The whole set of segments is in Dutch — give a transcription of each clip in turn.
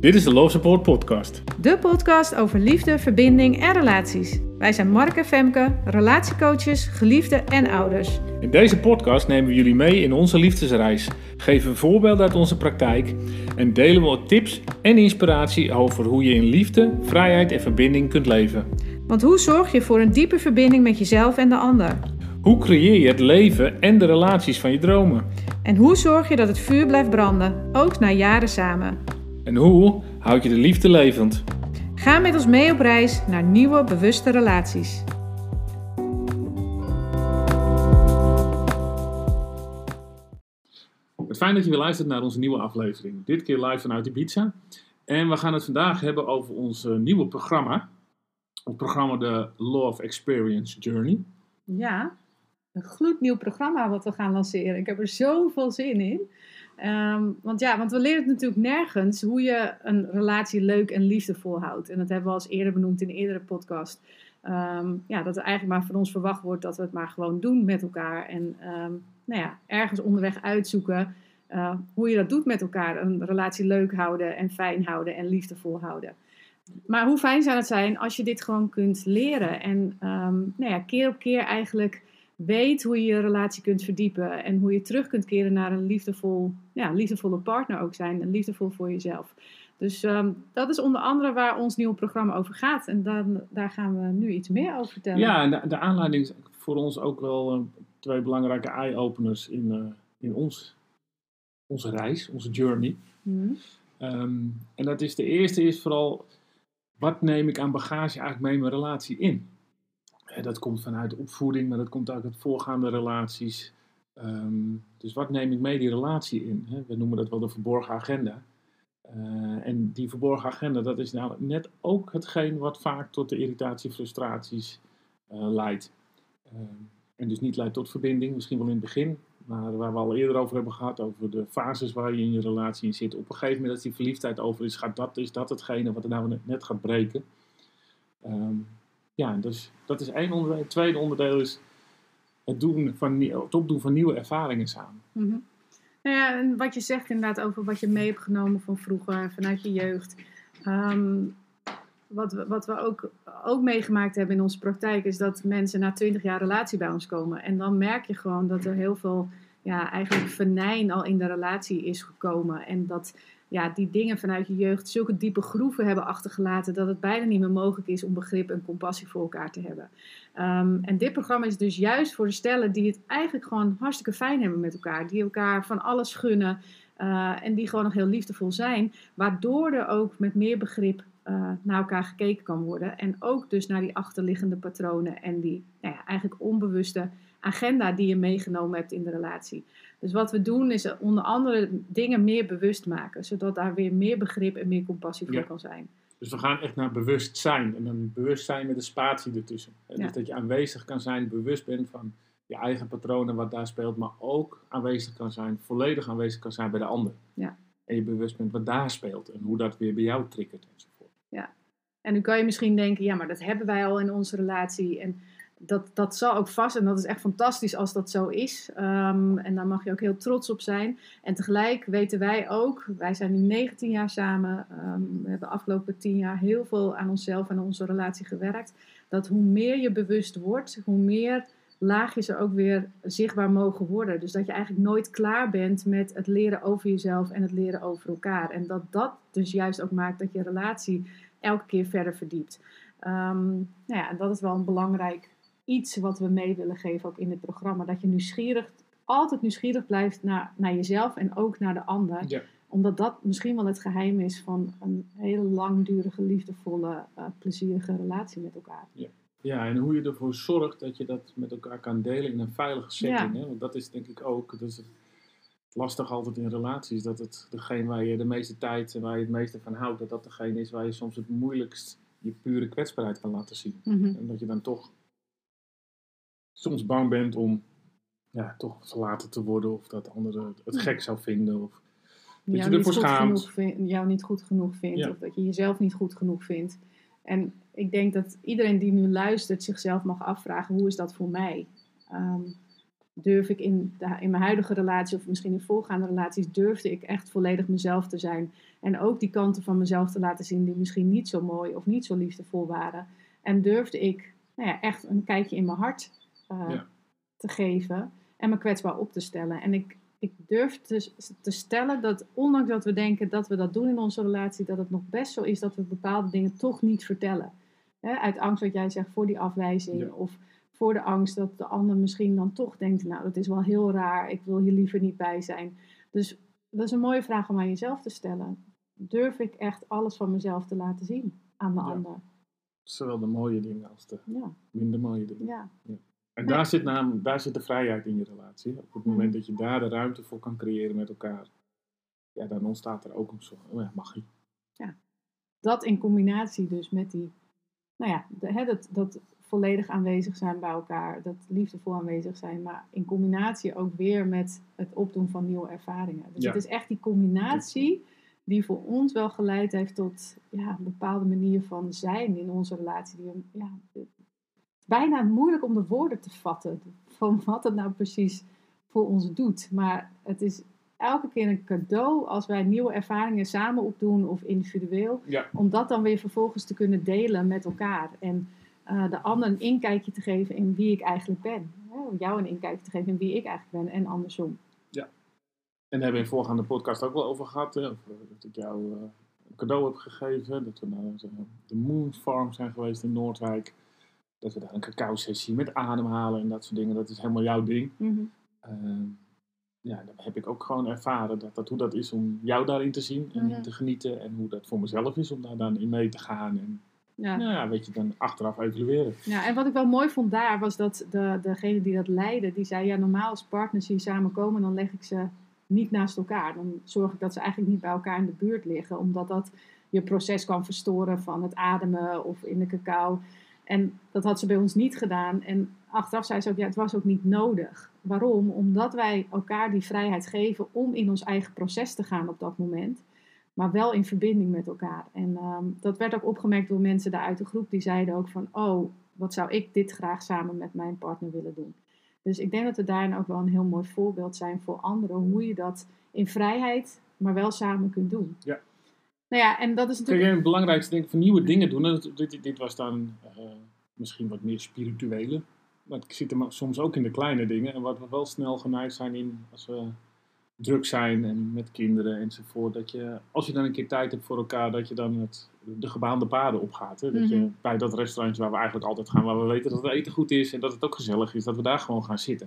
Dit is de Love Support Podcast. De podcast over liefde, verbinding en relaties. Wij zijn Mark en Femke, relatiecoaches, geliefden en ouders. In deze podcast nemen we jullie mee in onze liefdesreis, geven we voorbeelden uit onze praktijk en delen we tips en inspiratie over hoe je in liefde, vrijheid en verbinding kunt leven. Want hoe zorg je voor een diepe verbinding met jezelf en de ander? Hoe creëer je het leven en de relaties van je dromen? En hoe zorg je dat het vuur blijft branden, ook na jaren samen? En hoe houd je de liefde levend? Ga met ons mee op reis naar nieuwe, bewuste relaties. Het fijn dat je weer luistert naar onze nieuwe aflevering. Dit keer live vanuit Ibiza. En we gaan het vandaag hebben over ons nieuwe programma. Het programma de Love Experience Journey. Ja, een gloednieuw programma wat we gaan lanceren. Ik heb er zoveel zin in. Want we leren het natuurlijk nergens hoe je een relatie leuk en liefdevol houdt. En dat hebben we al eens eerder benoemd in een eerdere podcast. Dat er eigenlijk maar van ons verwacht wordt dat we het maar gewoon doen met elkaar. En ergens onderweg uitzoeken hoe je dat doet met elkaar. Een relatie leuk houden en fijn houden en liefdevol houden. Maar hoe fijn zou het zijn als je dit gewoon kunt leren. En keer op keer eigenlijk weet hoe je je relatie kunt verdiepen. En hoe je terug kunt keren naar een liefdevolle partner ook zijn. En liefdevol voor jezelf. Dus dat is onder andere waar ons nieuwe programma over gaat. En daar gaan we nu iets meer over vertellen. Ja, en de aanleiding is voor ons ook wel twee belangrijke eye-openers in onze reis, onze journey. Mm. En dat is de eerste is vooral, wat neem ik aan bagage eigenlijk mee in mijn relatie in? Dat komt vanuit de opvoeding, maar dat komt ook uit voorgaande relaties. Dus wat neem ik mee die relatie in? We noemen dat wel de verborgen agenda. En die verborgen agenda, dat is nou net ook hetgeen wat vaak tot de irritatie, frustraties leidt. En dus niet leidt tot verbinding, misschien wel in het begin. Maar waar we al eerder over hebben gehad, over de fases waar je in je relatie in zit. Op een gegeven moment als die verliefdheid over is dat hetgene wat er nou net gaat breken. Dus dat is één onderdeel. Het tweede onderdeel is het opdoen van nieuwe ervaringen samen. Mm-hmm. Nou ja, en wat je zegt inderdaad over wat je mee hebt genomen van vroeger, vanuit je jeugd. Wat we ook meegemaakt hebben in onze praktijk is dat mensen na 20 jaar relatie bij ons komen. En dan merk je gewoon dat er heel veel eigenlijk venijn al in de relatie is gekomen. En dat die dingen vanuit je jeugd zulke diepe groeven hebben achtergelaten dat het bijna niet meer mogelijk is om begrip en compassie voor elkaar te hebben. En dit programma is dus juist voor de stellen die het eigenlijk gewoon hartstikke fijn hebben met elkaar. Die elkaar van alles gunnen en die gewoon nog heel liefdevol zijn. Waardoor er ook met meer begrip naar elkaar gekeken kan worden. En ook dus naar die achterliggende patronen en die eigenlijk onbewuste agenda die je meegenomen hebt in de relatie. Dus wat we doen is onder andere dingen meer bewust maken. Zodat daar weer meer begrip en meer compassie voor kan zijn. Dus we gaan echt naar bewustzijn. En dan bewustzijn met een spatie ertussen. Dus dat je aanwezig kan zijn, bewust bent van je eigen patronen wat daar speelt. Maar ook aanwezig kan zijn, volledig aanwezig kan zijn bij de ander. Ja. En je bewust bent wat daar speelt. En hoe dat weer bij jou triggert enzovoort. Ja. En nu kan je misschien denken, maar dat hebben wij al in onze relatie. En dat zal ook vast, en dat is echt fantastisch als dat zo is. En daar mag je ook heel trots op zijn. En tegelijk weten wij ook, wij zijn nu 19 jaar samen. We hebben de afgelopen 10 jaar heel veel aan onszelf en aan onze relatie gewerkt. Dat hoe meer je bewust wordt, hoe meer laagjes er ook weer zichtbaar mogen worden. Dus dat je eigenlijk nooit klaar bent met het leren over jezelf en het leren over elkaar. En dat dus juist ook maakt dat je relatie elke keer verder verdiept. Dat is wel een belangrijk iets wat we mee willen geven ook in het programma. Dat je altijd nieuwsgierig blijft naar jezelf en ook naar de ander. Ja. Omdat dat misschien wel het geheim is van een hele langdurige, liefdevolle, plezierige relatie met elkaar. Ja, en hoe je ervoor zorgt dat je dat met elkaar kan delen in een veilige setting. Hè? Want dat is denk ik ook, dat is lastig altijd in relaties, dat het degene waar je de meeste tijd en waar je het meeste van houdt, dat degene is waar je soms het moeilijkst je pure kwetsbaarheid kan laten zien. Mm-hmm. En dat je dan toch soms bang bent om toch verlaten te worden of dat anderen het gek zou vinden of dat je ervoor schaamt. Jou niet goed genoeg vindt of dat je jezelf niet goed genoeg vindt. En ik denk dat iedereen die nu luistert zichzelf mag afvragen, hoe is dat voor mij? durf ik in mijn huidige relatie of misschien in voorgaande relaties, durfde ik echt volledig mezelf te zijn. En ook die kanten van mezelf te laten zien die misschien niet zo mooi of niet zo liefdevol waren. En durfde ik echt een kijkje in mijn hart te geven en me kwetsbaar op te stellen. En ik durf te stellen dat ondanks dat we denken dat we dat doen in onze relatie, dat het nog best zo is dat we bepaalde dingen toch niet vertellen. Uit angst, wat jij zegt, voor die afwijzing of voor de angst dat de ander misschien dan toch denkt, nou dat is wel heel raar, ik wil hier liever niet bij zijn. Dus dat is een mooie vraag om aan jezelf te stellen. Durf ik echt alles van mezelf te laten zien aan de ander? Zowel de mooie dingen als de minder mooie dingen. Ja. En daar zit de vrijheid in je relatie. Op het moment dat je daar de ruimte voor kan creëren met elkaar, dan ontstaat er ook een soort magie. Ja, dat in combinatie dus met die, dat volledig aanwezig zijn bij elkaar, dat liefdevol aanwezig zijn, maar in combinatie ook weer met het opdoen van nieuwe ervaringen. Dus het is echt die combinatie die voor ons wel geleid heeft tot een bepaalde manier van zijn in onze relatie. Bijna moeilijk om de woorden te vatten van wat het nou precies voor ons doet. Maar het is elke keer een cadeau als wij nieuwe ervaringen samen opdoen of individueel. Ja. Om dat dan weer vervolgens te kunnen delen met elkaar. En de ander een inkijkje te geven in wie ik eigenlijk ben. Jou een inkijkje te geven in wie ik eigenlijk ben en andersom. Ja. En daar hebben we in voorgaande podcast ook wel over gehad. Dat ik jou een cadeau heb gegeven. Dat we naar de Moon Farm zijn geweest in Noordwijk. Dat we daar een cacao-sessie met ademhalen en dat soort dingen. Dat is helemaal jouw ding. Mm-hmm. Dan heb ik ook gewoon ervaren hoe dat is om jou daarin te zien en te genieten. En hoe dat voor mezelf is om daar dan in mee te gaan. En dan achteraf evalueren. Ja, en wat ik wel mooi vond daar was dat degene die dat leidde, die zei, normaal als partners hier samenkomen, dan leg ik ze niet naast elkaar. Dan zorg ik dat ze eigenlijk niet bij elkaar in de buurt liggen. Omdat dat je proces kan verstoren van het ademen of in de cacao. En dat had ze bij ons niet gedaan. En achteraf zei ze ook, het was ook niet nodig. Waarom? Omdat wij elkaar die vrijheid geven om in ons eigen proces te gaan op dat moment. Maar wel in verbinding met elkaar. En dat werd ook opgemerkt door mensen daar uit de groep. Die zeiden ook van, wat zou ik dit graag samen met mijn partner willen doen. Dus ik denk dat we daarin ook wel een heel mooi voorbeeld zijn voor anderen. Hoe je dat in vrijheid, maar wel samen kunt doen. Ja. En dat is natuurlijk... Kijk, het belangrijkste denk ik van nieuwe dingen doen. Dit was dan misschien wat meer spirituele. Maar het zit er soms ook in de kleine dingen. En wat we wel snel geneigd zijn in als we druk zijn en met kinderen enzovoort. Dat je, als je dan een keer tijd hebt voor elkaar, dat je dan de gebaande paden opgaat. Hè? Dat je bij dat restaurantje waar we eigenlijk altijd gaan, waar we weten dat het eten goed is en dat het ook gezellig is, dat we daar gewoon gaan zitten.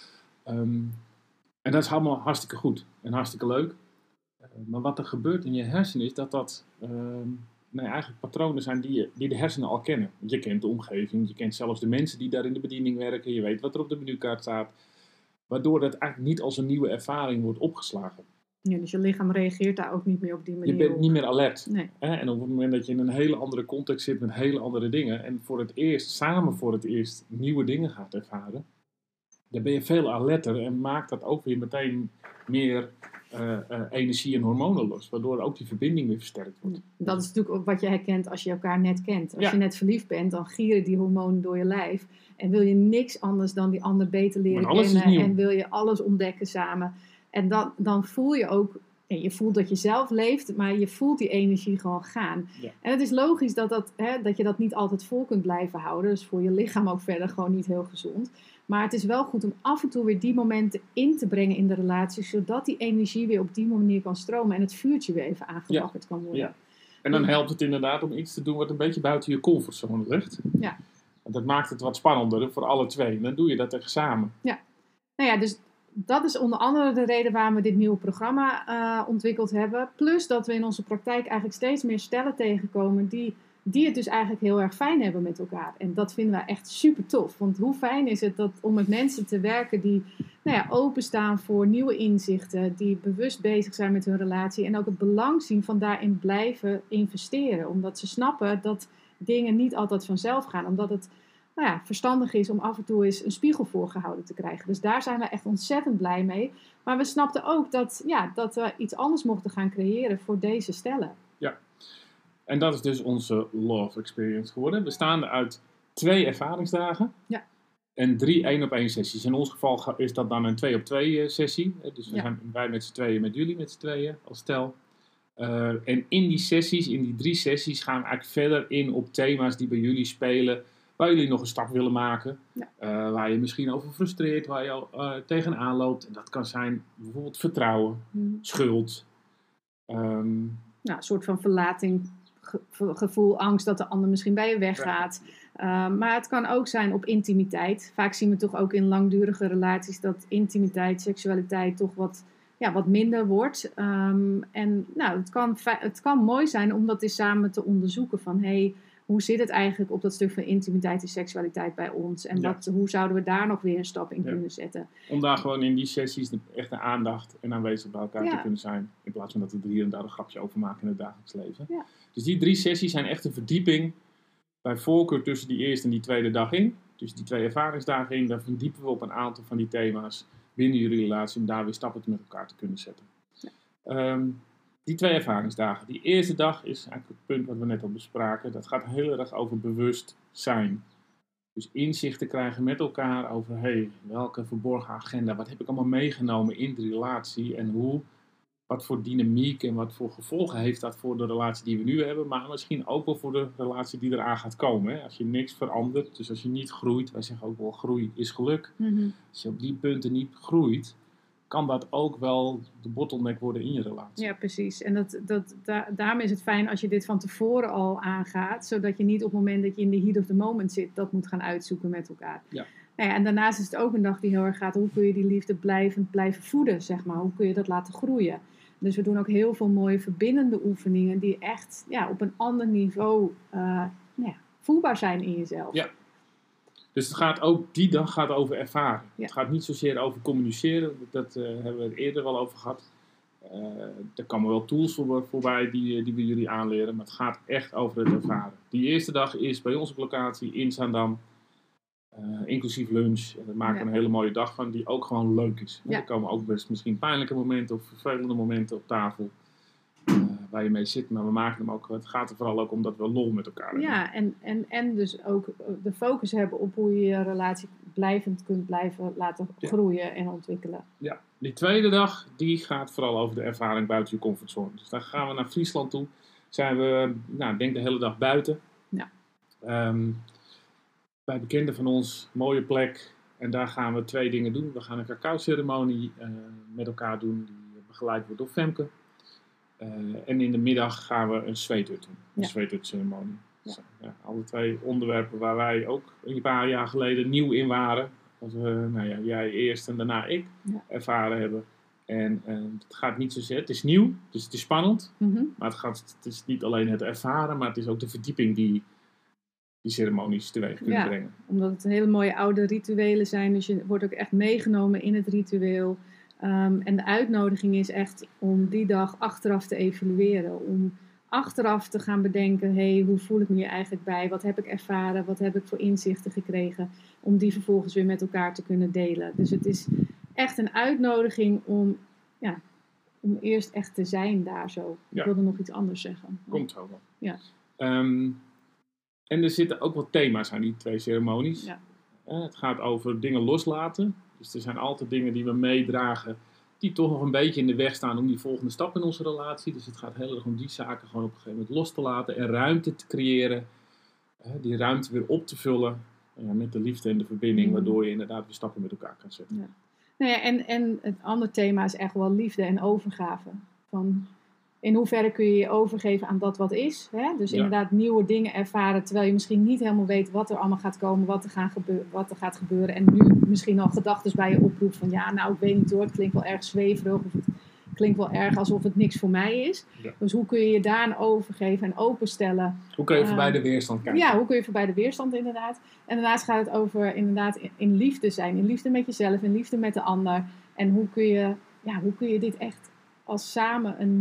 En dat is allemaal hartstikke goed en hartstikke leuk. Maar wat er gebeurt in je hersenen is dat eigenlijk patronen zijn die de hersenen al kennen. Je kent de omgeving, je kent zelfs de mensen die daar in de bediening werken, je weet wat er op de menukaart staat. Waardoor dat eigenlijk niet als een nieuwe ervaring wordt opgeslagen. Ja, dus je lichaam reageert daar ook niet meer op die manier. Je bent niet meer alert. Nee. En op het moment dat je in een hele andere context zit met hele andere dingen en samen voor het eerst nieuwe dingen gaat ervaren, dan ben je veel alerter en maakt dat ook weer meteen meer energie en hormonen los, waardoor ook die verbinding weer versterkt wordt. Dat is natuurlijk ook wat je herkent als je elkaar net kent. Als je net verliefd bent, dan gieren die hormonen door je lijf en wil je niks anders dan die ander beter leren kennen en wil je alles ontdekken samen. En dan voel je ook, je voelt dat je zelf leeft, maar je voelt die energie gewoon gaan. Ja. En het is logisch dat je dat niet altijd vol kunt blijven houden. Dus voor je lichaam ook verder gewoon niet heel gezond. Maar het is wel goed om af en toe weer die momenten in te brengen in de relatie, zodat die energie weer op die manier kan stromen en het vuurtje weer even aangewakkerd kan worden. Ja. En dan helpt het inderdaad om iets te doen wat een beetje buiten je comfortzone ligt. Ja. Want dat maakt het wat spannender voor alle twee. En dan doe je dat echt samen. Ja. Dus dat is onder andere de reden waarom we dit nieuwe programma ontwikkeld hebben. Plus dat we in onze praktijk eigenlijk steeds meer stellen tegenkomen die het dus eigenlijk heel erg fijn hebben met elkaar. En dat vinden we echt super tof. Want hoe fijn is het om met mensen te werken die openstaan voor nieuwe inzichten. Die bewust bezig zijn met hun relatie. En ook het belang zien van daarin blijven investeren. Omdat ze snappen dat dingen niet altijd vanzelf gaan. Omdat het verstandig is om af en toe eens een spiegel voorgehouden te krijgen. Dus daar zijn we echt ontzettend blij mee. Maar we snapten ook dat we iets anders mochten gaan creëren voor deze stellen. Ja, en dat is dus onze Love Experience geworden. Bestaande uit 2 ervaringsdagen. Ja. En 3 1-op-1 sessies. In ons geval is dat dan een 2-op-2 sessie. Dus we zijn wij met z'n tweeën, met jullie met z'n tweeën als stel. En in die sessies, in die 3 sessies, gaan we eigenlijk verder in op thema's die bij jullie spelen. Waar jullie nog een stap willen maken. Ja. Waar je misschien over frustreert, waar je tegenaan loopt. En dat kan zijn bijvoorbeeld vertrouwen, schuld. Een soort van verlating, gevoel, angst dat de ander misschien bij je weggaat. Maar het kan ook zijn op intimiteit. Vaak zien we toch ook in langdurige relaties dat intimiteit, seksualiteit toch wat minder wordt. En het kan mooi zijn om dat eens samen te onderzoeken van hoe zit het eigenlijk op dat stuk van intimiteit en seksualiteit bij ons? En hoe zouden we daar nog weer een stap in kunnen zetten? Om daar gewoon in die sessies echt de aandacht en aanwezig bij elkaar te kunnen zijn. In plaats van dat we er hier en daar een grapje over maken in het dagelijks leven. Ja. Dus die 3 sessies zijn echt een verdieping. Bij voorkeur tussen die eerste en die tweede dag in. Dus die 2 ervaringsdagen in. Daar verdiepen we op een aantal van die thema's binnen jullie relatie. Om daar weer stappen met elkaar te kunnen zetten. Ja. Die 2 ervaringsdagen. Die eerste dag is eigenlijk het punt wat we net al bespraken. Dat gaat heel erg over bewustzijn. Dus inzicht te krijgen met elkaar over welke verborgen agenda, wat heb ik allemaal meegenomen in de relatie en wat voor dynamiek en wat voor gevolgen heeft dat voor de relatie die we nu hebben, maar misschien ook wel voor de relatie die eraan gaat komen. Hè? Als je niks verandert, dus als je niet groeit, wij zeggen ook wel groei is geluk. Mm-hmm. Als je op die punten niet groeit, kan dat ook wel de bottleneck worden in je relatie. Ja, precies. En daarom is het fijn als je dit van tevoren al aangaat, zodat je niet op het moment dat je in de heat of the moment zit, dat moet gaan uitzoeken met elkaar. Ja. Nou ja, en daarnaast is het ook een dag die heel erg gaat, hoe kun je die liefde blijven voeden, zeg maar. Hoe kun je dat laten groeien? Dus we doen ook heel veel mooie verbindende oefeningen die echt op een ander niveau voelbaar zijn in jezelf. Ja. Dus die dag gaat over ervaren. Ja. Het gaat niet zozeer over communiceren. Dat hebben we het eerder wel over gehad. Er komen wel tools voorbij die we jullie aanleren. Maar het gaat echt over het ervaren. Die eerste dag is bij ons op locatie in Zaandam. Inclusief lunch. En dat maakt een hele mooie dag van. Die ook gewoon leuk is. Ja. Er komen ook best misschien pijnlijke momenten of vervelende momenten op tafel. Waar je mee zit, maar we maken hem ook. Het gaat er vooral ook om dat we lol met elkaar hebben. Ja, en dus ook de focus hebben op hoe je je relatie blijvend kunt blijven laten groeien en ontwikkelen. Ja, die tweede dag, die gaat vooral over de ervaring buiten je comfortzone. Dus dan gaan we naar Friesland toe. Zijn we, denk de hele dag buiten. Ja. Bij bekenden van ons, mooie plek. En daar gaan we 2 dingen doen. We gaan een cacao-ceremonie met elkaar doen, die begeleid wordt door Femke. En in de middag gaan we een zweethut doen. Een zweethut-ceremonie. Ja. Dus, alle 2 onderwerpen waar wij ook een paar jaar geleden nieuw in waren. Als we, jij eerst en daarna ik ervaren hebben. En het gaat niet zozeer, het is nieuw, dus het is spannend. Mm-hmm. Maar het is niet alleen het ervaren, maar het is ook de verdieping die ceremonies teweeg kunnen brengen. Omdat het hele mooie oude rituelen zijn. Dus je wordt ook echt meegenomen in het ritueel. En de uitnodiging is echt om die dag achteraf te evalueren. Om achteraf te gaan bedenken, hoe voel ik me hier eigenlijk bij? Wat heb ik ervaren? Wat heb ik voor inzichten gekregen? Om die vervolgens weer met elkaar te kunnen delen. Dus het is echt een uitnodiging om eerst echt te zijn daar zo. Ja. Ik wilde nog iets anders zeggen. Komt zo wel. Ja. En er zitten ook wat thema's aan die 2 ceremonies. Ja. Het gaat over dingen loslaten. Dus er zijn altijd dingen die we meedragen die toch nog een beetje in de weg staan om die volgende stap in onze relatie. Dus het gaat heel erg om die zaken gewoon op een gegeven moment los te laten en ruimte te creëren. Die ruimte weer op te vullen met de liefde en de verbinding, waardoor je inderdaad weer stappen met elkaar kan zetten. Ja. Nou ja, en het andere thema is echt wel liefde en overgave. Van in hoeverre kun je je overgeven aan dat wat is. Hè? Dus inderdaad nieuwe dingen ervaren, terwijl je misschien niet helemaal weet wat er allemaal gaat komen, wat er gaat gebeuren. En nu misschien al gedachten bij je oproept van ik weet niet hoor, het klinkt wel erg zweverig of het klinkt wel erg alsof het niks voor mij is. Ja. Dus hoe kun je je daaraan overgeven en openstellen? Hoe kun je voorbij de weerstand kijken? Ja, hoe kun je voorbij de weerstand inderdaad. En daarnaast gaat het over inderdaad in liefde zijn. In liefde met jezelf, in liefde met de ander. En hoe kun je dit echt als samen een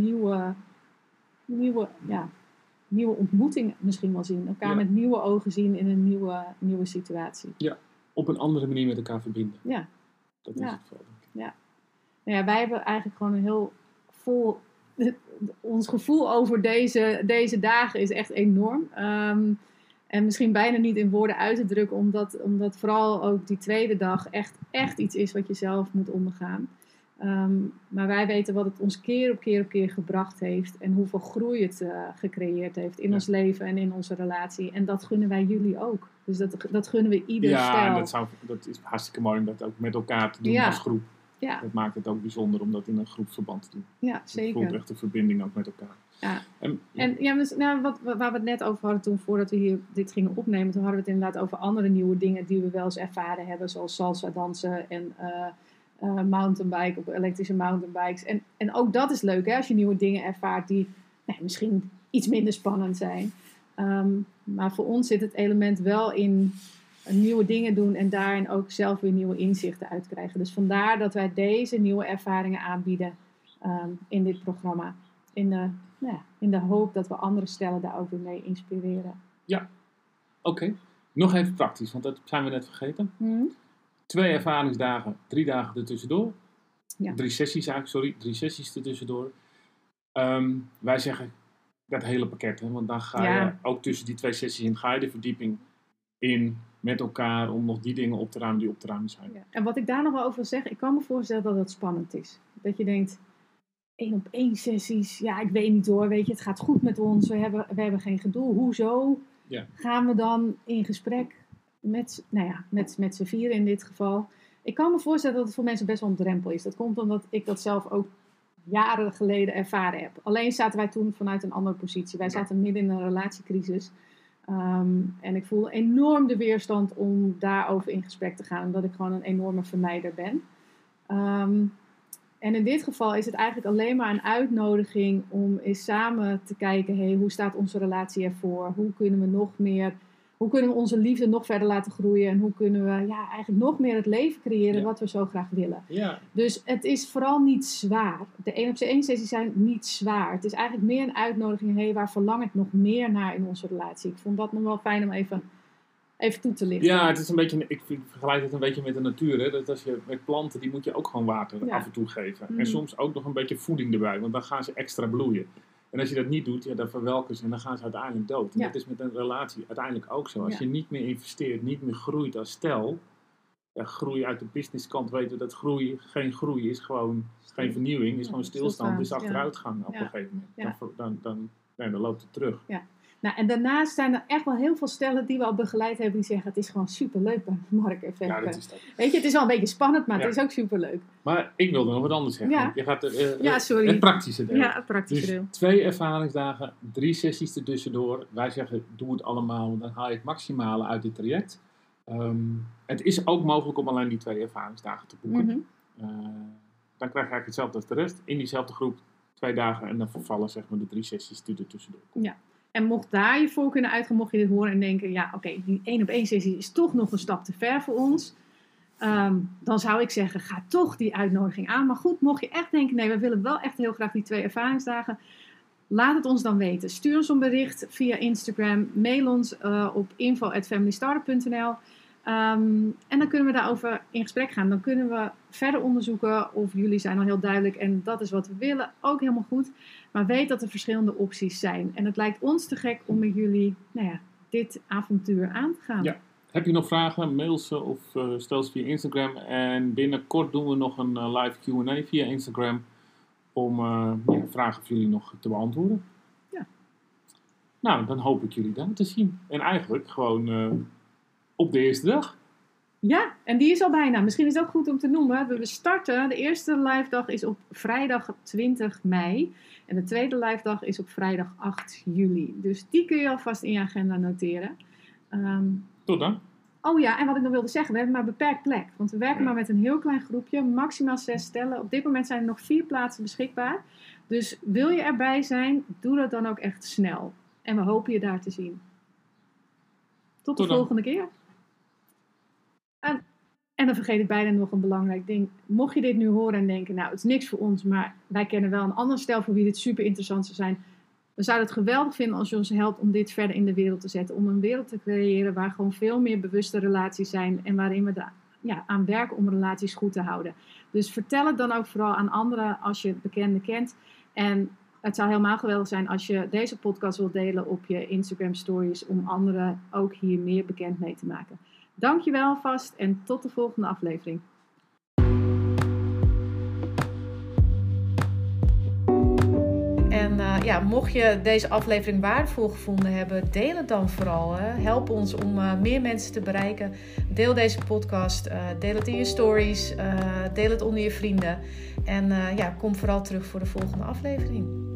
nieuwe ontmoeting misschien wel zien. Elkaar met nieuwe ogen zien in een nieuwe situatie. Ja, op een andere manier met elkaar verbinden. Ja. Dat is het vooral. Ja. Nou ja, wij hebben eigenlijk gewoon een heel vol... Ons gevoel over deze dagen is echt enorm. En misschien bijna niet in woorden uit te drukken, omdat vooral ook die tweede dag echt iets is wat je zelf moet ondergaan. Maar wij weten wat het ons keer op keer gebracht heeft en hoeveel groei het gecreëerd heeft in ons leven en in onze relatie. En dat gunnen wij jullie ook. Dus dat gunnen we ieder stel. Ja, en dat is hartstikke mooi om dat ook met elkaar te doen als groep. Ja. Dat maakt het ook bijzonder om dat in een groepsverband te doen. Ja, zeker. Je voelt echt de verbinding ook met elkaar. Ja. Dus, waar we het net over hadden toen, voordat we hier dit gingen opnemen, toen hadden we het inderdaad over andere nieuwe dingen die we wel eens ervaren hebben, zoals salsa dansen en mountainbike op elektrische mountainbikes. En ook dat is leuk, hè, als je nieuwe dingen ervaart die misschien iets minder spannend zijn. Maar voor ons zit het element wel in nieuwe dingen doen en daarin ook zelf weer nieuwe inzichten uitkrijgen. Dus vandaar dat wij deze nieuwe ervaringen aanbieden in dit programma. In de hoop dat we andere stellen daar ook weer mee inspireren. Ja, oké. Nog even praktisch, want dat zijn we net vergeten. 2 ervaringsdagen, 3 dagen ertussendoor. Ja. 3 sessies eigenlijk, sorry. 3 sessies ertussendoor. Wij zeggen dat hele pakket, hè, want dan ga je ook tussen die 2 sessies in, ga je de verdieping in met elkaar om nog die dingen op te ruimen die op te ruimen zijn. Ja. En wat ik daar nog wel over wil zeggen, ik kan me voorstellen dat het spannend is. Dat je denkt, 1-op-1 sessies, ja, ik weet niet hoor, weet je, het gaat goed met ons, we hebben geen gedoe. Hoezo gaan we dan in gesprek met z'n 4 in dit geval? Ik kan me voorstellen dat het voor mensen best wel een drempel is. Dat komt omdat ik dat zelf ook jaren geleden ervaren heb. Alleen zaten wij toen vanuit een andere positie. Wij zaten midden in een relatiecrisis. En ik voelde enorm de weerstand om daarover in gesprek te gaan. Omdat ik gewoon een enorme vermijder ben. En in dit geval is het eigenlijk alleen maar een uitnodiging om eens samen te kijken, hoe staat onze relatie ervoor? Hoe kunnen we onze liefde nog verder laten groeien? En hoe kunnen we eigenlijk nog meer het leven creëren wat we zo graag willen? Ja. Dus het is vooral niet zwaar. De 1-op-1 sessies zijn niet zwaar. Het is eigenlijk meer een uitnodiging, waar verlang ik nog meer naar in onze relatie? Ik vond dat nog wel fijn om even toe te lichten. Ja, het is een beetje, ik vergelijk het een beetje met de natuur. Hè? Dat als je met planten, die moet je ook gewoon water af en toe geven. En soms ook nog een beetje voeding erbij, want dan gaan ze extra bloeien. En als je dat niet doet, dan verwelken ze en dan gaan ze uiteindelijk dood. En dat is met een relatie uiteindelijk ook zo. Als je niet meer investeert, niet meer groeit als stel, groei uit de businesskant weten dat groei geen groei is, gewoon geen vernieuwing, is gewoon stilstand, is achteruitgang op een gegeven moment. Dan loopt het terug. Ja. Nou, en daarnaast zijn er echt wel heel veel stellen die we al begeleid hebben die zeggen, het is gewoon superleuk bij Mark en Femke. Ja, dat is dat. Weet je, het is wel een beetje spannend, maar het is ook superleuk. Maar ik wilde nog wat anders zeggen. Ja. Je gaat sorry. Het praktische deel. Ja, het praktische deel. 2 ervaringsdagen, 3 sessies ertussendoor. Wij zeggen, doe het allemaal, want dan haal je het maximale uit dit traject. Het is ook mogelijk om alleen die 2 ervaringsdagen te boeken. Dan krijg je eigenlijk hetzelfde als de rest. In diezelfde groep 2 dagen en dan vervallen zeg maar de 3 sessies die er tussendoor komen. Ja. En mocht daar je voor kunnen uitgaan, mocht je dit horen en denken, die 1-op-1 sessie is toch nog een stap te ver voor ons. Dan zou ik zeggen, ga toch die uitnodiging aan. Maar goed, mocht je echt denken, nee, we willen wel echt heel graag die 2 ervaringsdagen. Laat het ons dan weten. Stuur ons een bericht via Instagram. Mail ons op info@familystartup.nl. En dan kunnen we daarover in gesprek gaan. Dan kunnen we verder onderzoeken of jullie zijn al heel duidelijk en dat is wat we willen. Ook helemaal goed. Maar weet dat er verschillende opties zijn. En het lijkt ons te gek om met jullie dit avontuur aan te gaan. Ja. Heb je nog vragen? Mail ze of stel ze via Instagram. En binnenkort doen we nog een live Q&A via Instagram. Om vragen voor jullie nog te beantwoorden. Ja. Nou, dan hoop ik jullie daar te zien. En eigenlijk gewoon op de eerste dag. Ja, en die is al bijna. Misschien is het ook goed om te noemen. We starten, de eerste live dag is op vrijdag 20 mei. En de tweede live dag is op vrijdag 8 juli. Dus die kun je alvast in je agenda noteren. Tot dan. Oh ja, en wat ik nog wilde zeggen, we hebben maar beperkt plek. Want we werken maar met een heel klein groepje, maximaal 6 stellen. Op dit moment zijn er nog 4 plaatsen beschikbaar. Dus wil je erbij zijn, doe dat dan ook echt snel. En we hopen je daar te zien. Tot de volgende keer. En dan vergeet ik bijna nog een belangrijk ding. Mocht je dit nu horen en denken, nou het is niks voor ons, maar wij kennen wel een ander stel voor wie dit super interessant zou zijn. We zouden het geweldig vinden als je ons helpt om dit verder in de wereld te zetten. Om een wereld te creëren waar gewoon veel meer bewuste relaties zijn. En waarin we aan werken om relaties goed te houden. Dus vertel het dan ook vooral aan anderen als je bekenden kent. En het zou helemaal geweldig zijn als je deze podcast wilt delen op je Instagram stories, om anderen ook hier meer bekend mee te maken. Dankjewel vast en tot de volgende aflevering. En mocht je deze aflevering waardevol gevonden hebben, deel het dan vooral. Hè. Help ons om meer mensen te bereiken. Deel deze podcast, deel het in je stories, deel het onder je vrienden. En kom vooral terug voor de volgende aflevering.